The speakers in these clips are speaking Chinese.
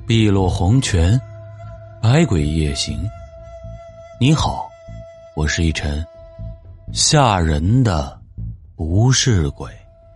碧落黄泉，百鬼夜行。你好，我是一晨。吓人的不是鬼。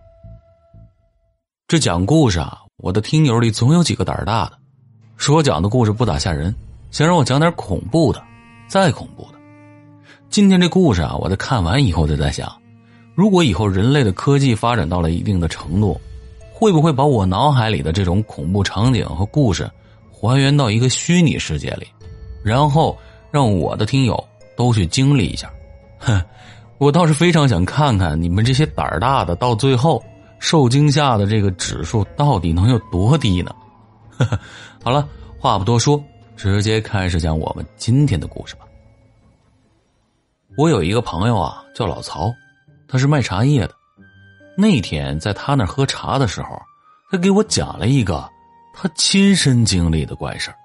这讲故事啊，我的听友里总有几个胆儿大的，说我讲的故事不咋吓人，想让我讲点恐怖的，再恐怖的。今天这故事啊，我在看完以后就在想，如果以后人类的科技发展到了一定的程度，会不会把我脑海里的这种恐怖场景和故事还原到一个虚拟世界里，然后让我的听友都去经历一下。我倒是非常想看看你们这些胆儿大的到最后受惊吓的这个指数到底能有多低呢？好了，话不多说，直接开始讲我们今天的故事吧。我有一个朋友啊，叫老曹，他是卖茶叶的。那天在他那儿喝茶的时候，他给我讲了一个他亲身经历的怪事儿。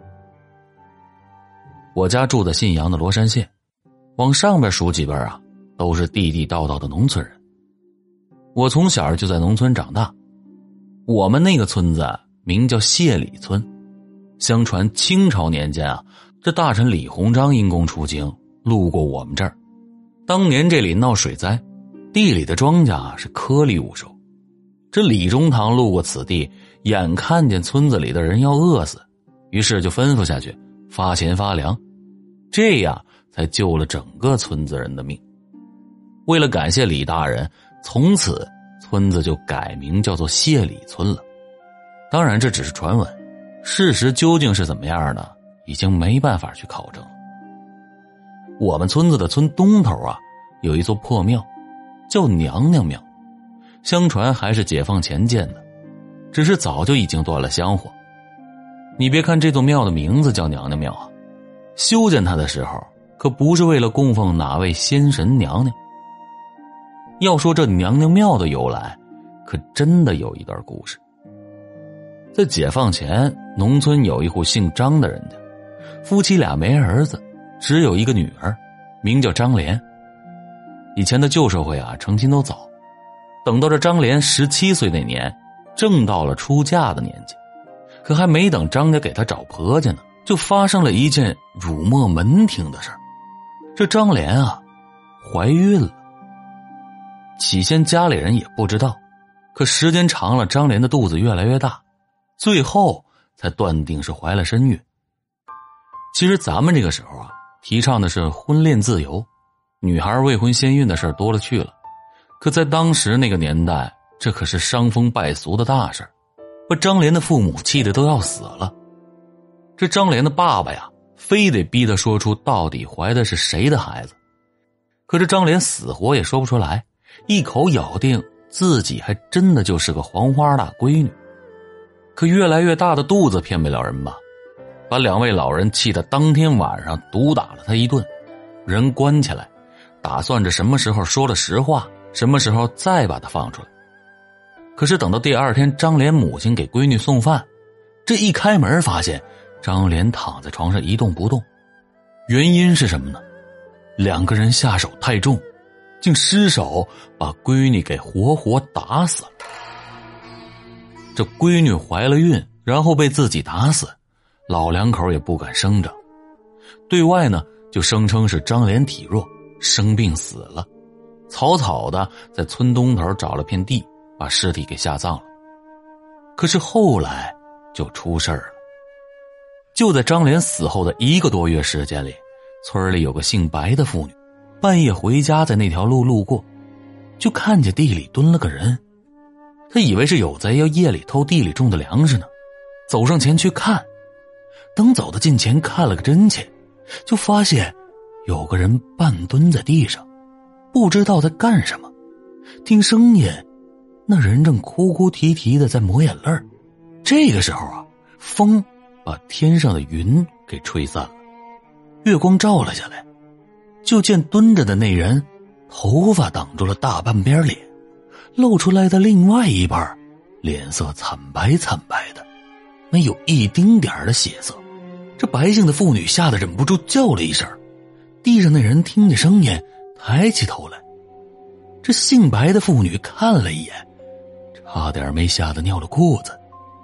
我家住在信阳的罗山县，往上边数几辈啊，都是地地道道的农村人。我从小就在农村长大，我们那个村子名叫谢里村。相传清朝年间啊，这大臣李鸿章因公出京，路过我们这儿。当年这里闹水灾，地里的庄稼是颗粒无收。这李中堂路过此地，眼看见村子里的人要饿死，于是就吩咐下去发钱发粮，这样才救了整个村子人的命。为了感谢李大人，从此村子就改名叫做谢里村了。当然这只是传闻，事实究竟是怎么样呢，已经没办法去考证了。我们村子的村东头啊，有一座破庙，叫娘娘庙，相传还是解放前建的，只是早就已经断了香火。你别看这座庙的名字叫娘娘庙啊，修建它的时候可不是为了供奉哪位仙神娘娘。要说这娘娘庙的由来，可真的有一段故事。在解放前，农村有一户姓张的人家，夫妻俩没儿子，只有一个女儿，名叫张莲。以前的旧社会啊，成亲都早，等到这张莲17岁那年，正到了出嫁的年纪，可还没等张家给她找婆家呢，就发生了一件辱没门庭的事儿。这张莲啊，怀孕了。起先家里人也不知道，可时间长了，张莲的肚子越来越大，最后才断定是怀了身孕。其实咱们这个时候啊，提倡的是婚恋自由，女孩未婚先孕的事多了去了。可在当时那个年代，这可是伤风败俗的大事，把张莲的父母气得都要死了。这张莲的爸爸呀，非得逼她说出到底怀的是谁的孩子。可这张莲死活也说不出来，一口咬定自己还真的就是个黄花大闺女。可越来越大的肚子骗不了人吧，把两位老人气得当天晚上毒打了她一顿，人关起来，打算着什么时候说了实话，什么时候再把她放出来。可是等到第二天张莲母亲给闺女送饭，这一开门发现张莲躺在床上一动不动。原因是什么呢？两个人下手太重，竟失手把闺女给活活打死了。这闺女怀了孕，然后被自己打死，老两口也不敢声张。对外呢，就声称是张莲体弱，生病死了，草草的在村东头找了片地，把尸体给下葬了。可是后来就出事儿了。就在张莲死后的1个多月时间里，村里有个姓白的妇女，半夜回家在那条路路过，就看见地里蹲了个人。她以为是有贼要夜里偷地里种的粮食呢，走上前去看。等走到近前看了个真切，就发现有个人半蹲在地上，不知道在干什么。听声音，那人正哭哭啼啼的在抹眼泪。这个时候啊，风把天上的云给吹散了，月光照了下来，就见蹲着的那人头发挡住了大半边脸，露出来的另外一半脸色惨白惨白的，没有一丁点的血色。这白姓的妇女吓得忍不住叫了一声，地上那人听见声音抬起头来。这姓白的妇女看了一眼，差点没吓得尿了裤子。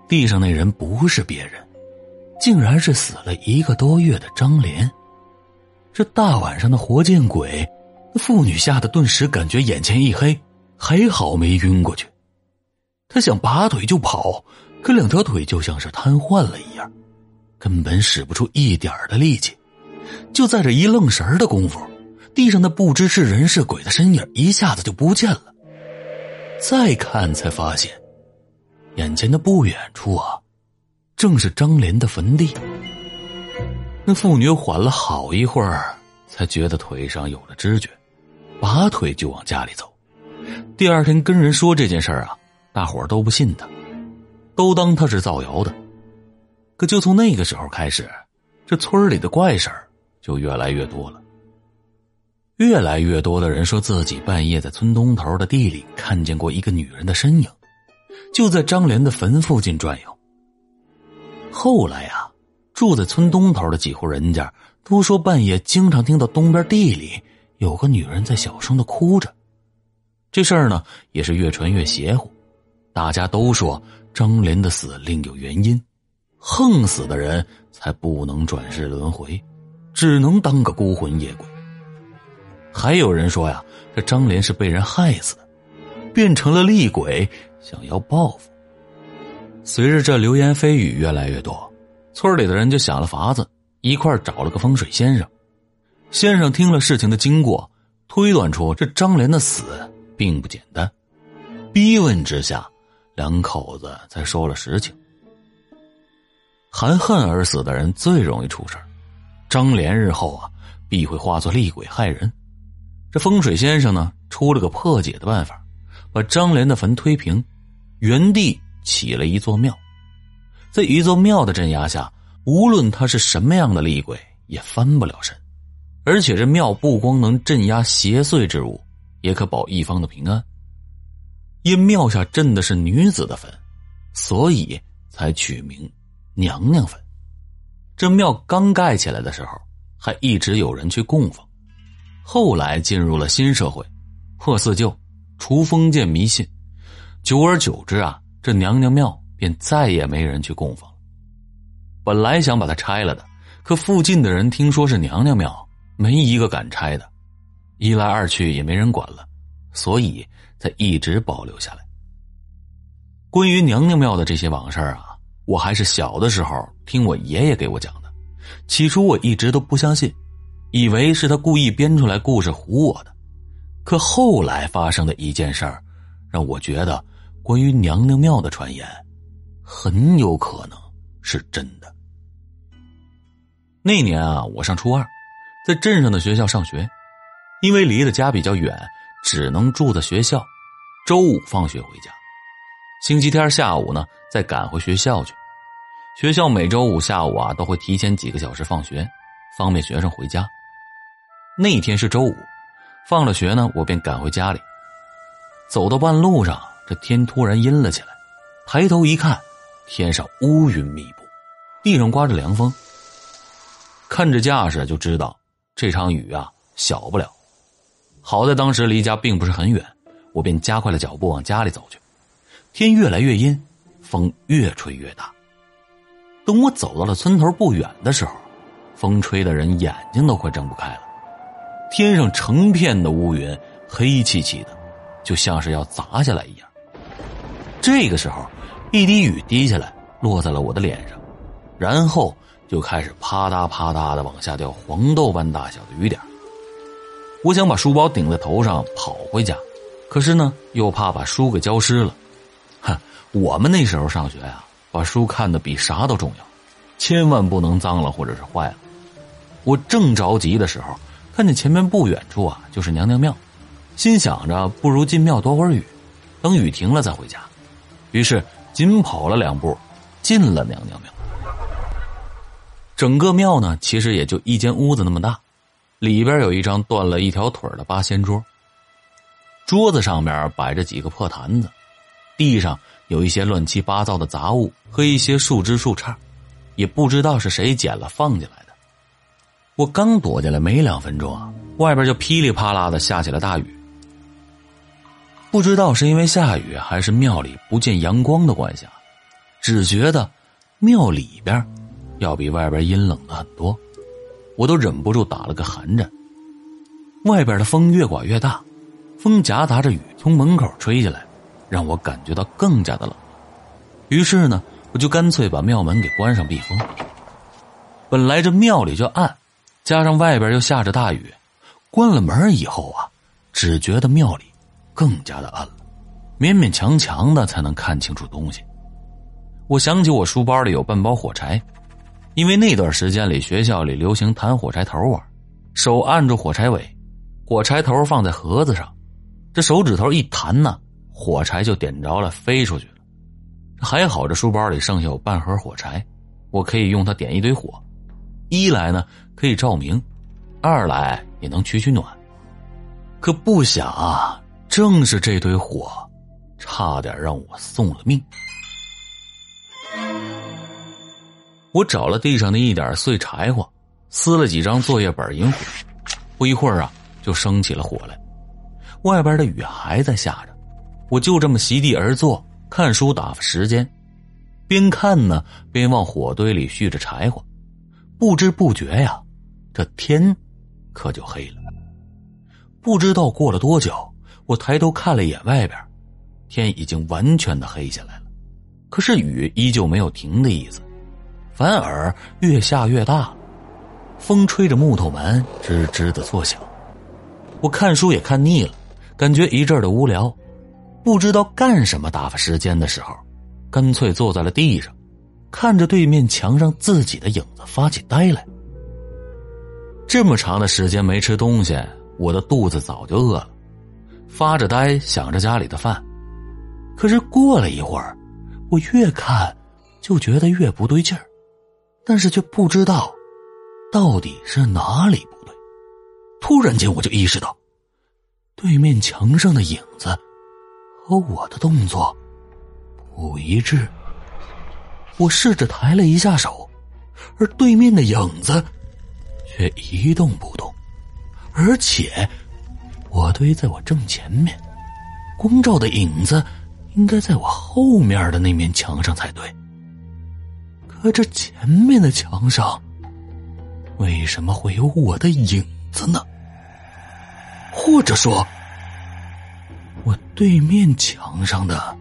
地上那人不是别人，竟然是死了1个多月的张莲。这大晚上的活见鬼，妇女吓得顿时感觉眼前一黑，还好没晕过去。她想拔腿就跑，可2条腿就像是瘫痪了一样，根本使不出一点的力气。就在这一愣神的功夫，地上的不知是人是鬼的身影一下子就不见了。再看才发现，眼前的不远处啊，正是张莲的坟地。那妇女缓了好一会儿，才觉得腿上有了知觉，拔腿就往家里走。第二天跟人说这件事儿啊，大伙儿都不信他，都当他是造谣的。可就从那个时候开始，这村里的怪事儿就越来越多了。越来越多的人说自己半夜在村东头的地里看见过一个女人的身影，就在张莲的坟附近转悠。后来啊，住在村东头的几户人家都说半夜经常听到东边地里有个女人在小声的哭着。这事儿呢也是越传越邪乎，大家都说张莲的死另有原因，横死的人才不能转世轮回，只能当个孤魂野鬼。还有人说呀，这张莲是被人害死的，变成了厉鬼，想要报复。随着这流言蜚语越来越多，村里的人就想了法子，一块找了个风水先生。先生听了事情的经过，推断出这张莲的死并不简单。逼问之下，2口子才说了实情。含恨而死的人最容易出事，张莲日后啊必会化作厉鬼害人。这风水先生呢出了个破解的办法，把张莲的坟推平，原地起了一座庙。在一座庙的镇压下，无论他是什么样的厉鬼也翻不了身。而且这庙不光能镇压邪祟之物，也可保一方的平安。因庙下镇的是女子的坟，所以才取名娘娘坟。这庙刚盖起来的时候，还一直有人去供奉。后来进入了新社会，破四旧，除封建迷信，久而久之啊，这娘娘庙便再也没人去供奉了。本来想把它拆了的，可附近的人听说是娘娘庙，没一个敢拆的。一来二去也没人管了，所以才一直保留下来。关于娘娘庙的这些往事啊，我还是小的时候听我爷爷给我讲的。起初我一直都不相信，以为是他故意编出来故事唬我的。可后来发生的一件事儿，让我觉得关于娘娘庙的传言很有可能是真的。那年啊，我上初2，在镇上的学校上学，因为离得家比较远，只能住在学校，周5放学回家，星期天下午呢再赶回学校去。学校每周5下午啊都会提前几个小时放学，方便学生回家。那天是周5，放了学呢，我便赶回家里。走到半路上，这天突然阴了起来，抬头一看，天上乌云密布，地上刮着凉风。看这架势就知道这场雨啊小不了。好在当时离家并不是很远，我便加快了脚步往家里走去。天越来越阴，风越吹越大。等我走到了村头不远的时候，风吹的人眼睛都快睁不开了。天上成片的乌云，黑漆漆的，就像是要砸下来一样。这个时候，一滴雨滴下来，落在了我的脸上，然后就开始啪嗒啪嗒的往下掉黄豆般大小的雨点。我想把书包顶在头上跑回家，可是呢，又怕把书给浇湿了。我们那时候上学啊，把书看得比啥都重要，千万不能脏了或者是坏了。我正着急的时候，看见前面不远处啊就是娘娘庙，心想着不如进庙躲会儿雨，等雨停了再回家。于是紧跑了2步，进了娘娘庙。整个庙呢，其实也就一间屋子那么大，里边有一张断了1条腿的八仙桌，桌子上面摆着几个破坛子，地上有一些乱七八糟的杂物和一些树枝树杈，也不知道是谁捡了放进来的。我刚躲进来没2分钟啊，外边就噼里啪啦的下起了大雨。不知道是因为下雨还是庙里不见阳光的关系啊， 只觉得庙里边要比外边阴冷的很多，我都忍不住打了个寒颤。外边的风越刮越大，风夹杂着雨从门口吹进来，让我感觉到更加的冷。于是呢，我就干脆把庙门给关上避风。本来这庙里就暗，加上外边又下着大雨，关了门以后啊，只觉得庙里更加的暗了，勉勉强强的才能看清楚东西。我想起我书包里有半包火柴，因为那段时间里学校里流行弹火柴头玩，手按住火柴尾，火柴头放在盒子上，这手指头一弹呢，火柴就点着了，飞出去了。还好这书包里剩下有半盒火柴，我可以用它点一堆火，一来呢可以照明，二来也能取暖。可不想啊，正是这堆火差点让我送了命。我找了地上的一点碎柴火，撕了几张作业本引火，不一会儿啊就生起了火来。外边的雨还在下着，我就这么席地而坐看书打发时间，边看呢边往火堆里蓄着柴火。不知不觉呀，这天可就黑了。不知道过了多久，我抬头看了一眼外边，天已经完全的黑下来了，可是雨依旧没有停的意思，反而越下越大了。风吹着木头门吱吱的作响。我看书也看腻了，感觉一阵的无聊，不知道干什么打发时间的时候，干脆坐在了地上，看着对面墙上自己的影子发起呆来。这么长的时间没吃东西，我的肚子早就饿了，发着呆想着家里的饭。可是过了一会儿，我越看就觉得越不对劲儿，但是却不知道到底是哪里不对。突然间我就意识到，对面墙上的影子和我的动作不一致。我试着抬了一下手，而对面的影子却一动不动，而且我堆在我正前面，光照的影子应该在我后面的那面墙上才对。可这前面的墙上为什么会有我的影子呢？或者说，我对面墙上的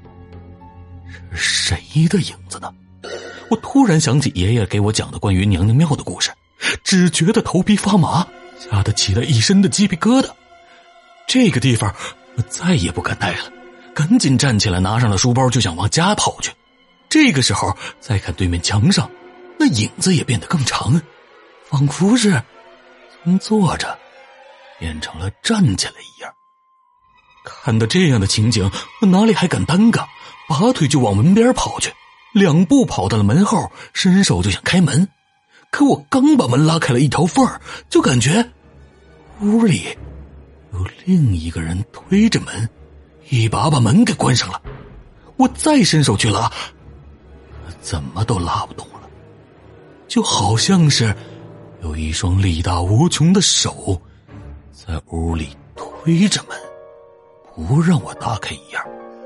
是谁的影子呢？我突然想起爷爷给我讲的关于娘娘庙的故事，只觉得头皮发麻，吓得起了一身的鸡皮疙瘩。这个地方我再也不敢待了，赶紧站起来拿上了书包就想往家跑去。这个时候再看对面墙上，那影子也变得更长，仿佛是从坐着变成了站起来一样。看到这样的情景，我哪里还敢耽搁，拔腿就往门边跑去，2步跑到了门后，伸手就想开门。可我刚把门拉开了一条缝，就感觉屋里有另一个人推着门，一把把门给关上了。我再伸手去拉，怎么都拉不动了，就好像是有一双力大无穷的手在屋里推着门，不让我打开一样。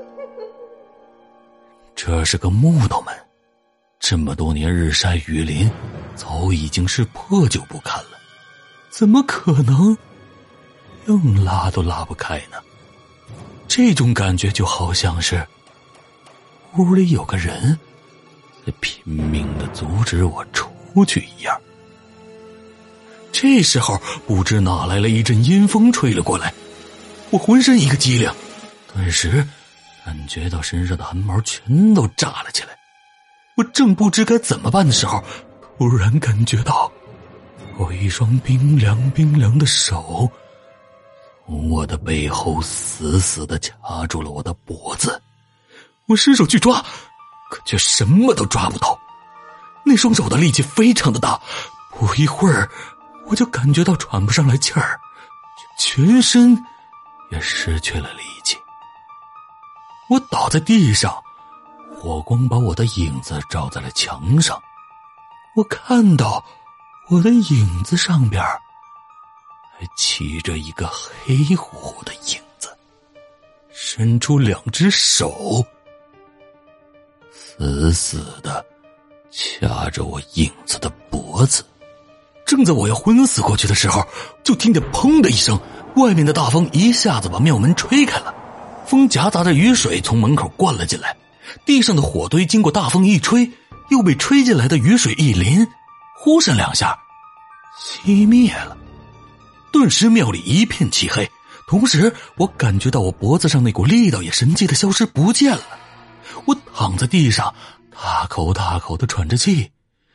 这是个木头门，这么多年日晒雨淋，早已经是破旧不堪了，怎么可能硬拉都拉不开呢？这种感觉就好像是屋里有个人在拼命地阻止我出去一样。这时候不知哪来了一阵阴风吹了过来，我浑身一个激灵，顿时感觉到身上的汗毛全都炸了起来。我正不知该怎么办的时候，突然感觉到有一双冰凉冰凉的手从我的背后死死地掐住了我的脖子。我伸手去抓，可却什么都抓不到。那双手的力气非常的大，不一会儿我就感觉到喘不上来气儿，全身也失去了力气。我倒在地上，火光把我的影子照在了墙上。我看到我的影子上边还骑着一个黑乎乎的影子，伸出2只手，似死死的掐着我影子的脖子。正在我要昏死过去的时候，就听见砰的一声，外面的大风一下子把庙门吹开了，风夹杂着雨水从门口灌了进来，地上的火堆经过大风一吹，又被吹进来的雨水一淋，忽闪两下熄灭了。顿时庙里一片漆黑，同时我感觉到我脖子上那股力道也神奇的消失不见了。我躺在地上大口大口的喘着气，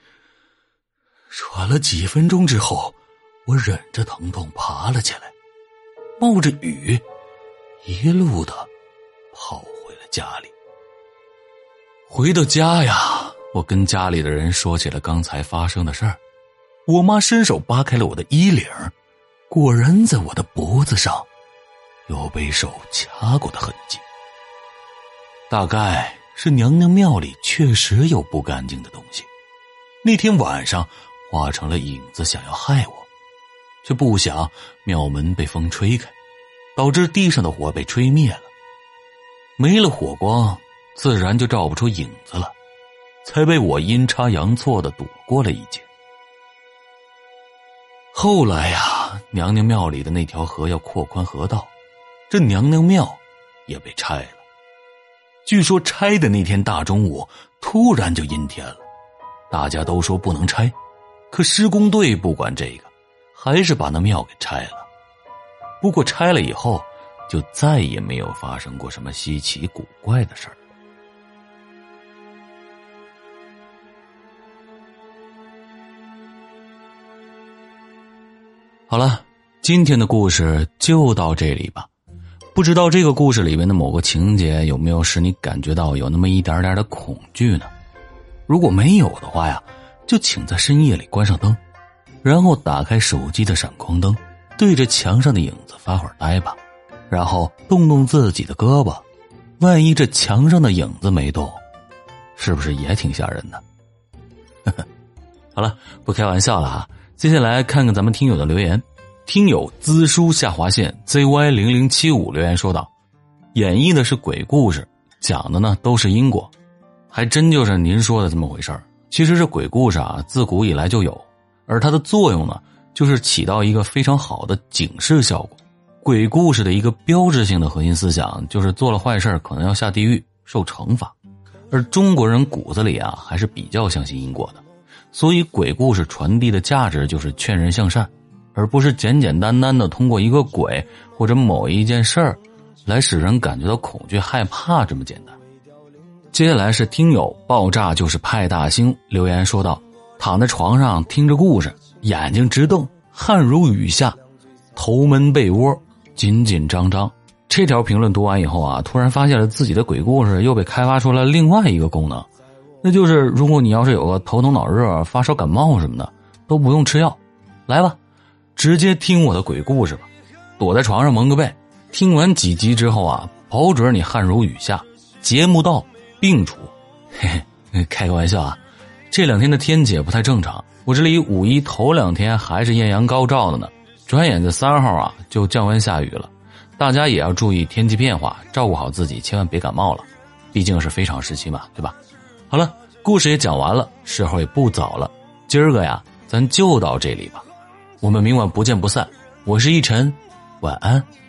喘了几分钟之后，我忍着疼痛爬了起来，冒着雨一路的跑回了家里。回到家呀，我跟家里的人说起了刚才发生的事儿。我妈伸手扒开了我的衣领，果然在我的脖子上有被手掐过的痕迹。大概是娘娘庙里确实有不干净的东西，那天晚上化成了影子想要害我，却不想庙门被风吹开，导致地上的火被吹灭了，没了火光，自然就照不出影子了，才被我阴差阳错的躲过了一劫。后来呀，娘娘庙里的那条河要扩宽河道，这娘娘庙也被拆了。据说拆的那天大中午突然就阴天了，大家都说不能拆，可施工队不管这个，还是把那庙给拆了。不过拆了以后就再也没有发生过什么稀奇古怪的事儿。好了，今天的故事就到这里吧。不知道这个故事里面的某个情节有没有使你感觉到有那么一点点的恐惧呢？如果没有的话呀，就请在深夜里关上灯，然后打开手机的闪光灯，对着墙上的影子发会儿呆吧，然后动动自己的胳膊，万一这墙上的影子没动，是不是也挺吓人的？好了，不开玩笑了啊。接下来看看咱们听友的留言。听友资书下划线 ZY0075 留言说道，演绎的是鬼故事，讲的呢都是因果，还真就是您说的这么回事儿。其实这鬼故事啊，自古以来就有，而它的作用呢，就是起到一个非常好的警示效果。鬼故事的一个标志性的核心思想就是做了坏事可能要下地狱受惩罚，而中国人骨子里啊还是比较相信因果的，所以鬼故事传递的价值就是劝人向善，而不是简简单单的通过一个鬼或者某一件事儿来使人感觉到恐惧害怕这么简单。接下来是听友爆炸就是派大星留言说道，躺在床上听着故事，眼睛直瞪，汗如雨下，头闷被窝，紧紧张张。这条评论读完以后啊，突然发现了自己的鬼故事又被开发出了另外一个功能，那就是如果你要是有个头疼脑热、发烧感冒什么的，都不用吃药，来吧，直接听我的鬼故事吧，躲在床上蒙个被，听完几集之后啊，保准你汗如雨下，节目到病除。嘿嘿，开个玩笑啊，这两天的天气也不太正常，我这里五一头2天还是艳阳高照的呢，转眼这3号啊就降温下雨了，大家也要注意天气变化，照顾好自己，千万别感冒了，毕竟是非常时期嘛，对吧？好了，故事也讲完了，时候也不早了，今儿个呀咱就到这里吧，我们明晚不见不散。我是一晨，晚安。